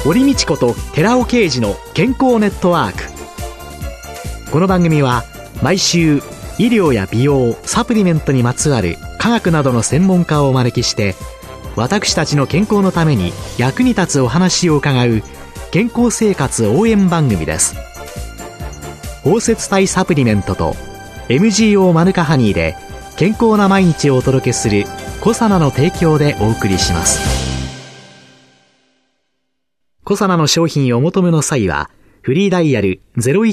堀道子と寺尾啓二の健康ネットワーク。この番組は毎週医療や美容、サプリメントにまつわる科学などの専門家をお招きして、私たちの健康のために役に立つお話を伺う健康生活応援番組です。包摂体サプリメントと MGO マヌカハニーで健康な毎日をお届けするコサナの提供でお送りします。コサナの商品をお求めの際はフリーダイヤル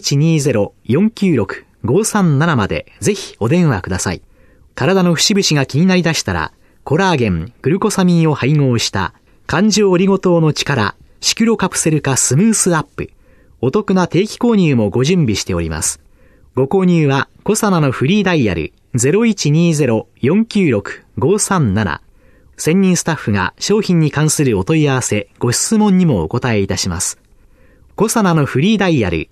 0120-496-537 までぜひお電話ください。体の節々が気になりだしたら、コラーゲン、グルコサミンを配合した環状オリゴ糖の力シクロカプセル化スムースアップ、お得な定期購入もご準備しております。ご購入はコサナのフリーダイヤル 0120-496-537、専任スタッフが商品に関するお問い合わせ、ご質問にもお答えいたします。コサナのフリーダイヤル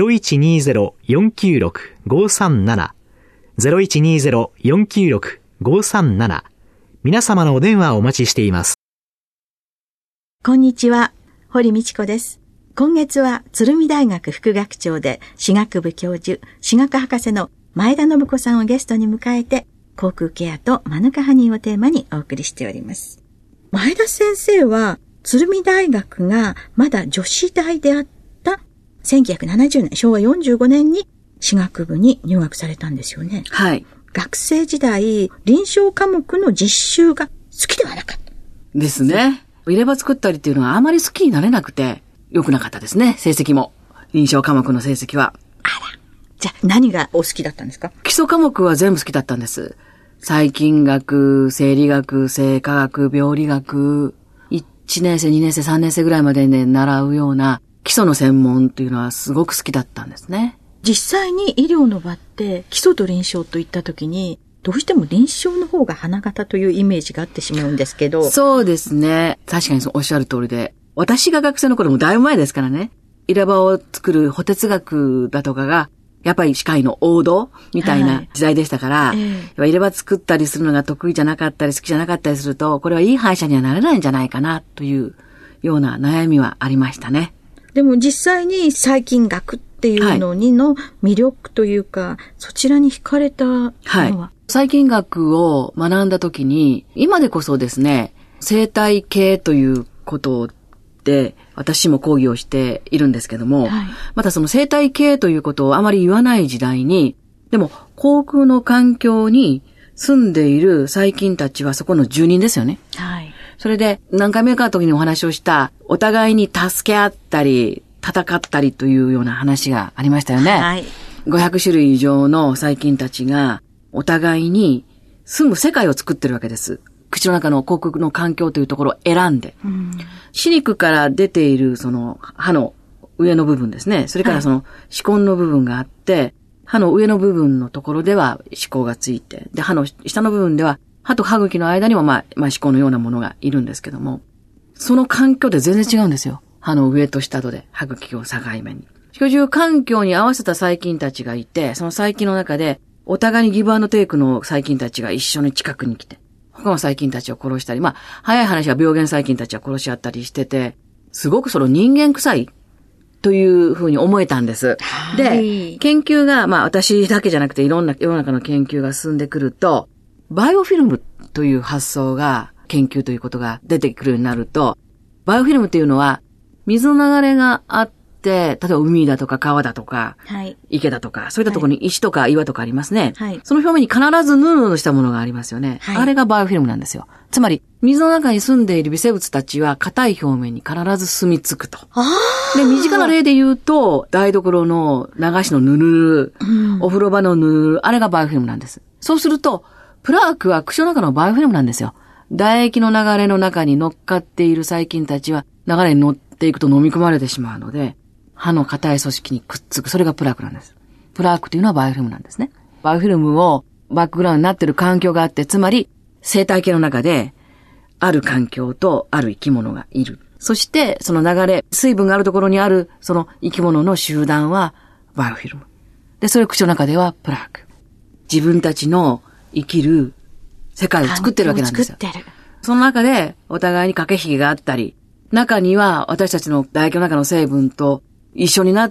0120-496-537、0120-496-537、皆様のお電話をお待ちしています。 こんにちは、堀道子です。今月は鶴見大学副学長で歯学部教授、歯学博士の前田信子さんをゲストに迎えて、口腔ケアとマヌカハニーをテーマにお送りしております。前田先生は鶴見大学がまだ女子大であった1970年、昭和45年に歯学部に入学されたんですよね。 はい。 学生時代、臨床科目の実習が好きではなかった。 ですね。入れ歯作ったりっていうのはあまり好きになれなくて、良くなかったですね、成績も。臨床科目の成績は。 あら。じゃあ何がお好きだったんですか？ 基礎科目は全部好きだったんです。細菌学、生理学、生化学、病理学、1年生、2年生、3年生ぐらいまでね、習うような基礎の専門っていうのはすごく好きだったんですね。 実際に医療の場って基礎と臨床といったときに、どうしても臨床の方が花形というイメージがあってしまうんですけど。 そうですね。確かにおっしゃる通りで。私が学生の頃もだいぶ前ですからね。入れ歯を作る補哲学だとかが、やっぱり歯科医の王道みたいな時代でしたから、入れ歯作ったりするのが得意じゃなかったり好きじゃなかったりすると、これはいい歯医者にはなれないんじゃないかなというような悩みはありましたね。 でも実際に細菌学っていうのにの魅力というか、そちらに惹かれたのは、 細菌学を学んだ時に、今でこそですね、生態系ということで私も講義をしているんですけども、またその生態系ということをあまり言わない時代に、でも口腔の環境に住んでいる細菌たちはそこの住人ですよね。それで何回目かの時にお話をしたお互いに助け合ったり戦ったりというような話がありましたよね。500種類以上の細菌たちがお互いに住む世界を作ってるわけです。口の中の口腔の環境というところを選んで。歯肉から出ているその歯の上の部分ですね。それからその歯根の部分があって、歯の上の部分のところでは歯垢がついて、で、歯の下の部分では歯と歯茎の間にも歯垢のようなものがいるんですけども、その環境で全然違うんですよ。歯の上と下とで歯茎を境目に。居住環境に合わせた細菌たちがいて、その細菌の中でお互いにギブアンドテイクの細菌たちが一緒に近くに来て、他の細菌たちを殺したり、早い話は病原細菌たちは殺し合ったりしてて、すごくその人間臭いというふうに思えたんです。で、研究が、私だけじゃなくていろんな世の中の研究が進んでくると、バイオフィルムという発想が、研究ということが出てくるようになると、バイオフィルムっていうのは、水の流れがあって、例えば海だとか川だとか、池だとか、そういったところに石とか岩とかありますね。その表面に必ずヌルヌルしたものがありますよね。あれがバイオフィルムなんですよ。つまり、水の中に住んでいる微生物たちは硬い表面に必ず住み着くと。で、身近な例で言うと、台所の流しのヌルヌル、お風呂場のヌルヌル、あれがバイオフィルムなんです。そうすると、プラークは口の中のバイオフィルムなんですよ。唾液の流れの中に乗っかっている細菌たちは流れに乗っていくと飲み込まれてしまうので、歯の硬い組織にくっつく。それがプラークなんです。プラークというのはバイオフィルムなんですね。バイオフィルムをバックグラウンドになっている環境があって、つまり生態系の中である環境とある生き物がいる。そしてその流れ、水分があるところにあるその生き物の集団はバイオフィルム。で、それを口の中ではプラーク。自分たちの生きる世界を作ってるわけなんですよ。その中でお互いに駆け引きがあったり、 中には私たちの唾液の中の成分と一緒になって、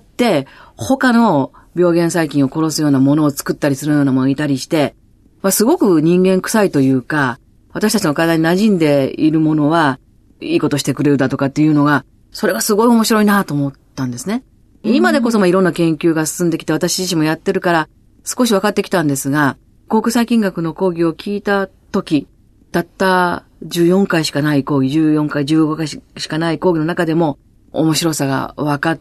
他の病原細菌を殺すようなものを作ったりするようなものがいたりして、すごく人間臭いというか、私たちの体に馴染んでいるものは、いいことしてくれるだとかっていうのが、それがすごい面白いなと思ったんですね。今でこそいろんな研究が進んできて、私自身もやってるから、少し分かってきたんですが、口腔細菌学の講義を聞いた時、たった14回しかない講義、14回、15回しかない講義の中でも、面白さが分かって、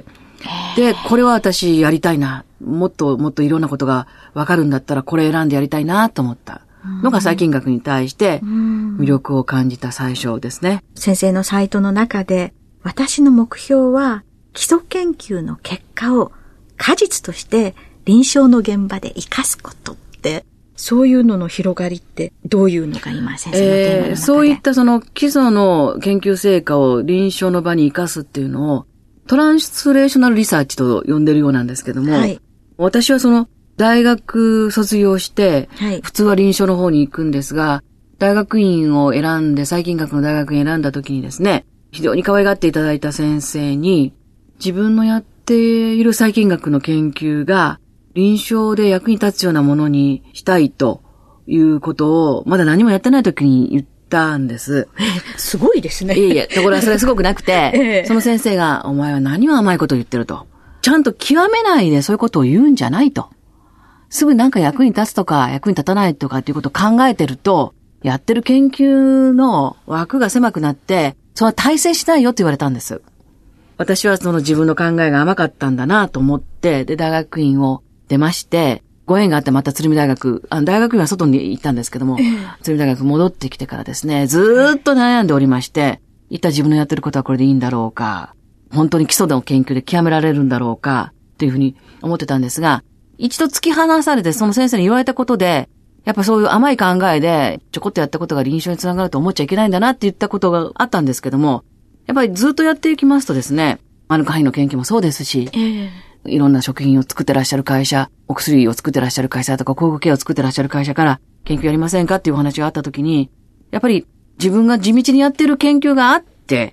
で、これは私やりたいな。もっともっといろんなことが分かるんだったら、これ選んでやりたいなと思ったのが細菌学に対して魅力を感じた最初ですね。 先生のサイトの中で、私の目標は基礎研究の結果を果実として臨床の現場で活かすことって、そういうのの広がりってどういうのが今先生のテーマの中で、 そういったその基礎の研究成果を臨床の場に活かすっていうのをトランスレーショナルリサーチと呼んでるようなんですけども、はい、私はその大学卒業して、はい、普通は臨床の方に行くんですが、大学院を選んで、細菌学の大学院選んだ時にですね、非常に可愛がっていただいた先生に、自分のやっている細菌学の研究が臨床で役に立つようなものにしたいということを、まだ何もやってない時に言ったんです。 すごいですね。 いえいえ、ところがそれはすごくなくて、その先生が、お前は何を甘いことを言ってると。ちゃんと極めないでそういうことを言うんじゃないと。すぐなんか役に立つとか役に立たないとかっていうことを考えてると、やってる研究の枠が狭くなって、それは大成しないよって言われたんです。私はその自分の考えが甘かったんだなと思って、で、大学院を出まして、ご縁があってまた鶴見大学、大学院は外に行ったんですけども、鶴見大学戻ってきてからですね、ずーっと悩んでおりまして、一体自分のやってることはこれでいいんだろうか、本当に基礎の研究で極められるんだろうか、っていうふうに思ってたんですが、一度突き放されてその先生に言われたことで、やっぱそういう甘い考えでちょこっとやったことが臨床につながると思っちゃいけないんだなって言ったことがあったんですけども、やっぱりずっとやっていきますとですね、マヌカハニの研究もそうですし、いろんな食品を作ってらっしゃる会社、お薬を作ってらっしゃる会社とか、口腔ケアを作ってらっしゃる会社から研究やりませんかっていうお話があったときに、やっぱり自分が地道にやっている研究があって、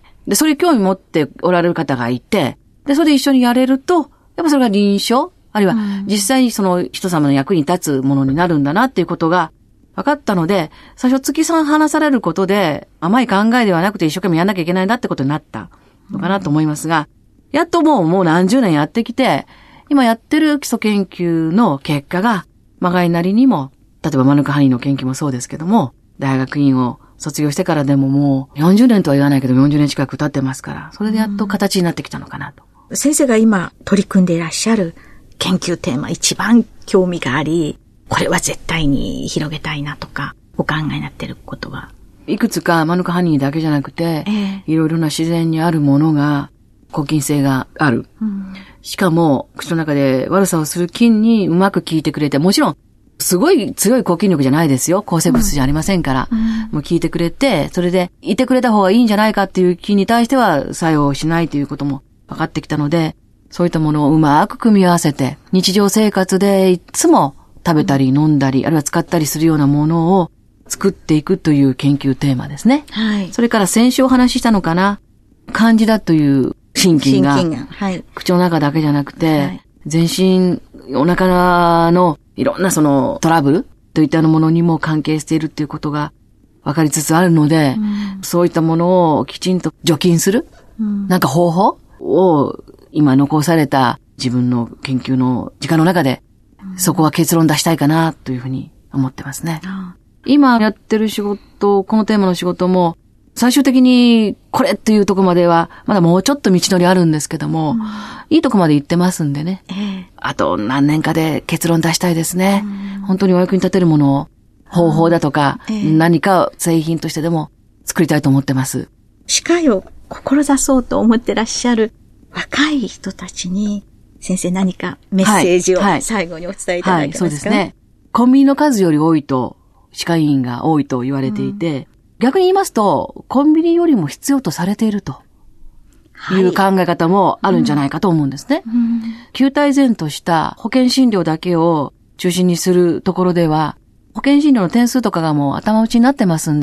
で、それに興味持っておられる方がいて、で、それで一緒にやれると、やっぱそれが臨床、あるいは実際にその人様の役に立つものになるんだなっていうことが分かったので、最初突き放されることで甘い考えではなくて一生懸命やんなきゃいけないんだってことになったのかなと思いますが、やっともう何十年やってきて、今やってる基礎研究の結果が、まがいなりにも、例えばマヌカハニの研究もそうですけども、大学院を卒業してからでももう40年とは言わないけど40年近く経ってますから、それでやっと形になってきたのかなと。 先生が今取り組んでいらっしゃる研究テーマ一番興味があり、これは絶対に広げたいなとか、お考えになっていることは、 いくつかマヌカハニだけじゃなくて、いろいろな自然にあるものが抗菌性がある。しかも口の中で悪さをする菌にうまく効いてくれて、もちろんすごい強い抗菌力じゃないですよ。抗生物質じゃありませんから。もう効いてくれて、それでいてくれた方がいいんじゃないかっていう菌に対しては作用しないということも分かってきたので、そういったものをうまく組み合わせて、日常生活でいつも食べたり飲んだり、あるいは使ったりするようなものを作っていくという研究テーマですね。はい。それから先週お話ししたのかな、カンジダという真菌が、はい、口の中だけじゃなくて、はい、全身、お腹のいろんなそのトラブルといったものにも関係しているっていうことが分かりつつあるので、そういったものをきちんと除菌する、なんか方法を今残された自分の研究の時間の中で、そこは結論出したいかなというふうに思ってますね。今やってる仕事、このテーマの仕事も、最終的にこれっていうところまでは、まだもうちょっと道のりあるんですけども、いいとこまで行ってますんでね。あと何年かで結論出したいですね。本当にお役に立てるものを、方法だとか、何か製品としてでも作りたいと思ってます。 歯科医を志そうと思ってらっしゃる若い人たちに、先生何かメッセージを最後にお伝えいただけますか？ そうですね。コンビニの数より多いと、歯科医院が多いと言われていて、逆に言いますと、コンビニよりも必要とされているという考え方もあるんじゃないかと思うんですね。旧体前とした保険診療だけを中心にするところでは、保険診療の点数とかがもう頭打ちになってますんで、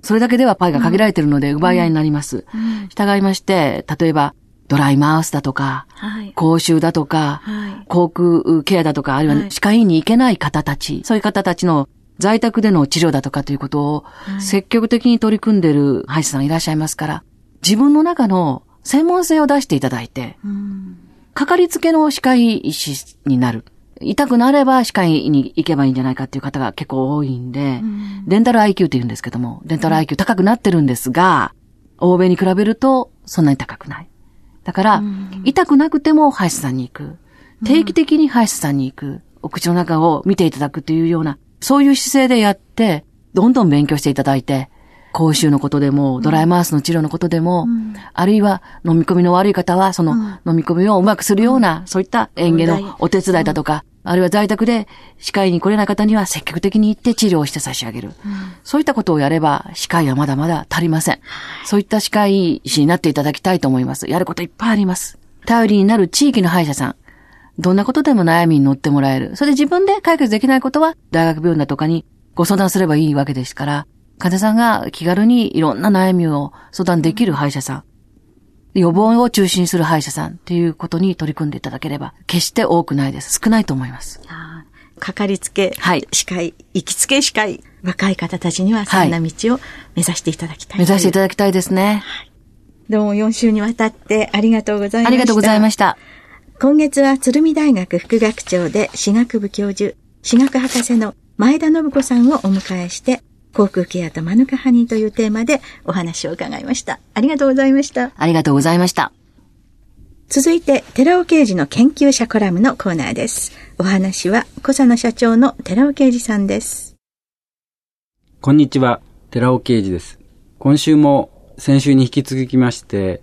それだけではパイが限られているので奪い合いになります。従いまして、例えば、ドライマウスだとか、口臭だとか、口腔ケアだとか、あるいは歯科医院に行けない方たち、そういう方たちの在宅での治療だとかということを積極的に取り組んでいる歯医者さんいらっしゃいますから、自分の中の専門性を出していただいて、かかりつけの歯科医師になる。痛くなれば歯科医に行けばいいんじゃないかっていう方が結構多いんで、デンタル IQ って言うんですけども、デンタル IQ 高くなってるんですが、欧米に比べるとそんなに高くない。だから、痛くなくても歯医者さんに行く。定期的に歯医者さんに行く。お口の中を見ていただくというような、そういう姿勢でやって、どんどん勉強していただいて、口臭のことでも、ドライマウスの治療のことでも、あるいは飲み込みの悪い方は、その飲み込みをうまくするような、そういった園芸のお手伝いだとか、あるいは在宅で歯科医に来れない方には積極的に行って治療をして差し上げる。そういったことをやれば、歯科医はまだまだ足りません。そういった歯科医師になっていただきたいと思います。やることいっぱいあります。頼りになる地域の歯医者さん。どんなことでも悩みに乗ってもらえる。それで自分で解決できないことは、大学病院だとかにご相談すればいいわけですから、患者さんが気軽にいろんな悩みを相談できる歯医者さん。予防を中心する歯医者さんっていうことに取り組んでいただければ、決して多くないです。少ないと思います。 かかりつけ、歯科医、行きつけ歯科医、若い方たちにはそんな道を目指していただきたい。 目指していただきたいですね。 どうも4週にわたってありがとうございました。 ありがとうございました。 今月は鶴見大学副学長で歯学部教授、歯学博士の前田信子さんをお迎えして、口腔ケアとマヌカハニーというテーマでお話を伺いました。ありがとうございました。 ありがとうございました。 続いて、寺尾啓二の研究者コラムのコーナーです。お話は、小佐野社長の寺尾啓二さんです。 こんにちは、寺尾啓二です。今週も先週に引き続きまして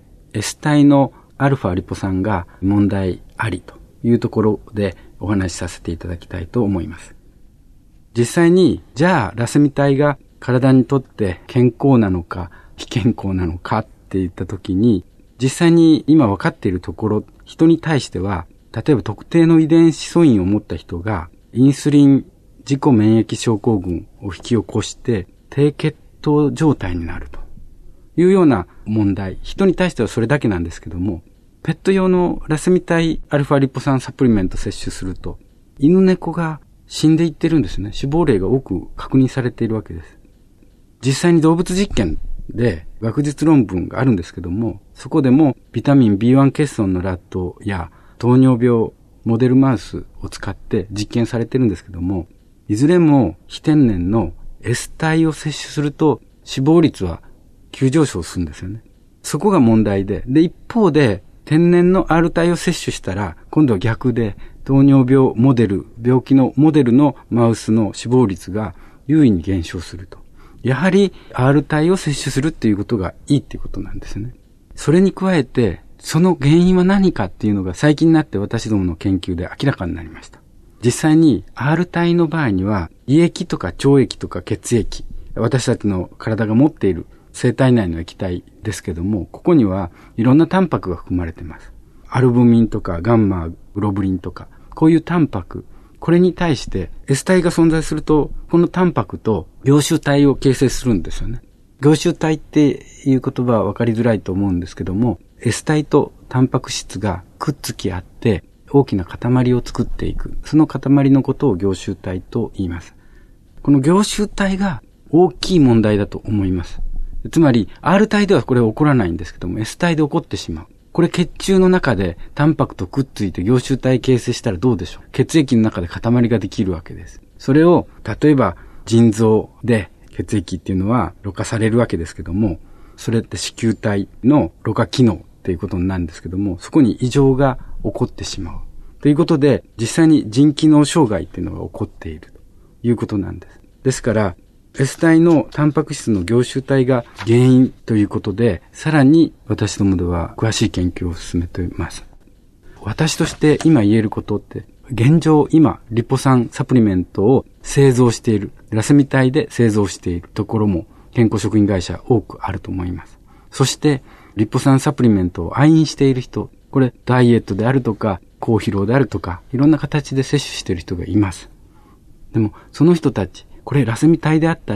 、S 体のアルファリポ酸が問題ありというところでお話しさせていただきたいと思います。実際に、じゃあラセミ体が体にとって健康なのか非健康なのかって言ったときに、実際に今分かっているところ、人に対しては、例えば特定の遺伝子素因を持った人が、インスリン自己免疫症候群を引き起こして、低血糖状態になるというような問題。人に対してはそれだけなんですけども、ペット用のラセミ体アルファリポ酸サプリメント摂取すると、犬猫が死んでいってるんですね。死亡例が多く確認されているわけです。実際に動物実験で学術論文があるんですけども、そこでもビタミン B1 欠損のラットや糖尿病モデルマウスを使って実験されてるんですけども、いずれも非天然の S 体を摂取すると死亡率は急上昇するんですよね。そこが問題で、一方で天然の R 体を摂取したら今度は逆で糖尿病モデル、病気のモデルのマウスの死亡率が優位に減少すると。やはり R 体を摂取するっていうことがいいっていうことなんですね。それに加えて、その原因は何かっていうのが最近になって私どもの研究で明らかになりました。実際に R 体の場合には胃液とか腸液とか血液、私たちの体が持っている生体内の液体ですけども、ここにはいろんなタンパクが含まれています。アルブミンとかガンマグロブリンとか、こういうタンパク、これに対して S 体が存在すると、このタンパクと凝集体を形成するんですよね。凝集体っていう言葉は分かりづらいと思うんですけども、S 体とタンパク質がくっつき合って大きな塊を作っていく。その塊のことを凝集体と言います。この凝集体が大きい問題だと思います。つまり R 体ではこれ起こらないんですけども、S 体で起こってしまう。これ血中の中でタンパクとくっついて凝集体形成したらどうでしょう。血液の中で塊ができるわけです。それを例えば腎臓で血液っていうのはろ過されるわけですけども、それって糸球体のろ過機能っていうことになるんですけども、そこに異常が起こってしまうということで、実際に腎機能障害っていうのが起こっているということなんです。ですから S 体のタンパク質の凝集体が原因ということで、さらに私どもでは詳しい研究を進めています。私として今言えることって、現状今リポ酸サプリメントを製造している、ラセミ体で製造しているところも健康食品会社多くあると思います。そしてリポ酸サプリメントを愛飲している人、これダイエットであるとか高疲労であるとかいろんな形で摂取している人がいます。でもその人たち、これラセミ体であったら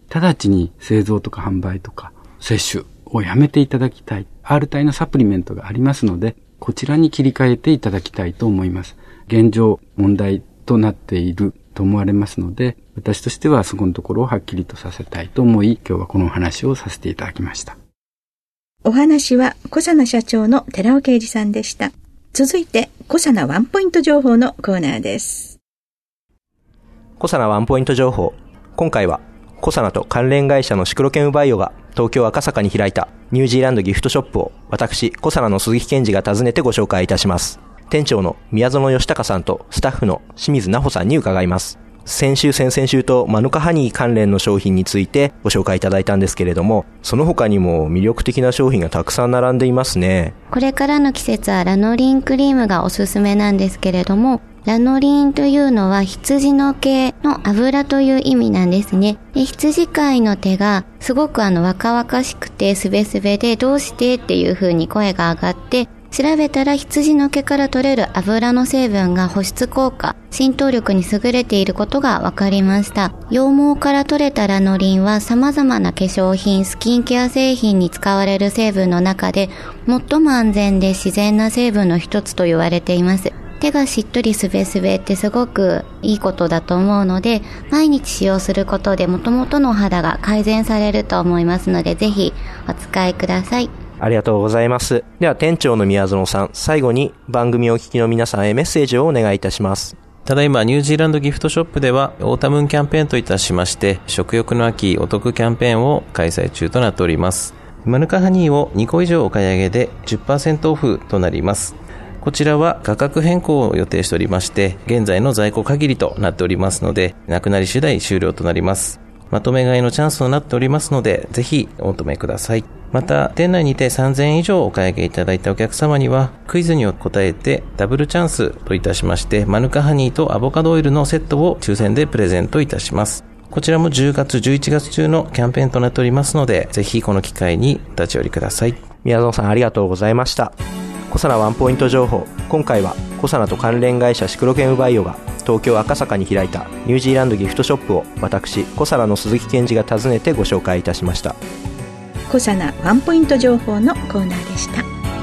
直ちに製造とか販売とか摂取をやめていただきたい。R 体のサプリメントがありますので、こちらに切り替えていただきたいと思います。現状問題となっていると思われますので、私としてはそこのところをはっきりとさせたいと思い、今日はこのお話をさせていただきました。 お話は小佐奈社長の寺尾啓二さんでした。続いて小佐奈ワンポイント情報のコーナーです。 小佐奈ワンポイント情報。今回は小佐奈と関連会社のシクロケンバイオが東京赤坂に開いたニュージーランドギフトショップを私小佐奈の鈴木健二が訪ねてご紹介いたします。店長の宮園義孝さんとスタッフの清水奈穂さんに伺います。先週先々週とマヌカハニー関連の商品についてご紹介いただいたんですけれども、その他にも魅力的な商品がたくさん並んでいますね。 これからの季節はラノリンクリームがおすすめなんですけれども、ラノリンというのは羊の毛の油という意味なんですね。で、羊飼いの手がすごく若々しくてスベスベで、どうしてっていう風に声が上がって、調べたら羊の毛から取れる油の成分が保湿効果、浸透力に優れていることが分かりました。羊毛から取れたラノリンは様々な化粧品、スキンケア製品に使われる成分の中で最も安全で自然な成分の一つと言われています。手がしっとりすべすべってすごくいいことだと思うので、毎日使用することで元々の肌が改善されると思いますので、ぜひお使いください。 ありがとうございます。では店長の宮園さん、最後に番組をお聞きの皆さんへメッセージをお願いいたします。 ただいまニュージーランドギフトショップではオータムーンキャンペーンといたしまして、食欲の秋お得キャンペーンを開催中となっております。マヌカハニーを2個以上お買い上げで 10% オフとなります。こちらは価格変更を予定しておりまして、現在の在庫限りとなっておりますので、なくなり次第終了となります。まとめ買いのチャンスとなっておりますので、ぜひお求めください。また、店内にて3000円以上お買い上げいただいたお客様には、クイズに答えてダブルチャンスといたしまして、マヌカハニーとアボカドオイルのセットを抽選でプレゼントいたします。こちらも10月、11月中のキャンペーンとなっておりますので、ぜひこの機会にお立ち寄りください。 宮園さん、ありがとうございました。小佐奈ワンポイント情報。今回は小佐奈と関連会社シクロケンバイオが東京赤坂に開いたニュージーランドギフトショップを私小佐奈の鈴木健二が訪ねてご紹介いたしました。 小佐奈ワンポイント情報のコーナーでした。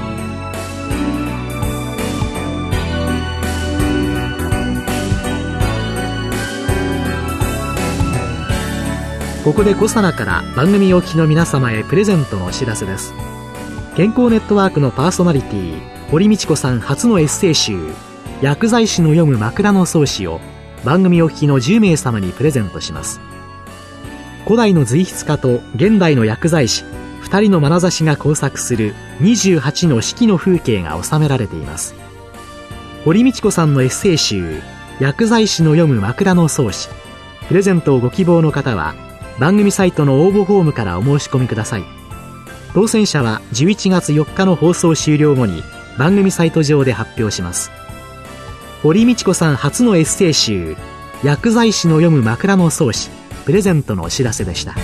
ここで小佐奈から番組お聞きの皆様へプレゼントのお知らせです。健康ネットワークのパーソナリティ堀道子さん初のエッセイ集、薬剤師の読む枕草子を番組お聞きの10名様にプレゼントします。古代の随筆家と現代の薬剤師2人の眼差しが交錯する28の四季の風景が収められています。堀道子さんのエッセイ集、薬剤師の読む枕草子、プレゼントをご希望の方は番組サイトの応募フォームからお申し込みください。当選者は11月4日の放送終了後に番組サイト上で発表します。堀道子さん初のエッセイ集、薬剤師の読む枕草子、プレゼントのお知らせでした。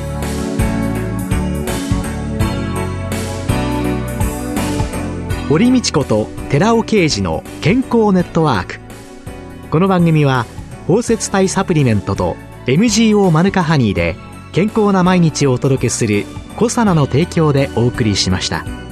堀道子と寺尾啓二の健康ネットワーク。この番組は包摂体サプリメントと MGO マヌカハニーで健康な毎日をお届けする小佐奈の提供でお送りしました。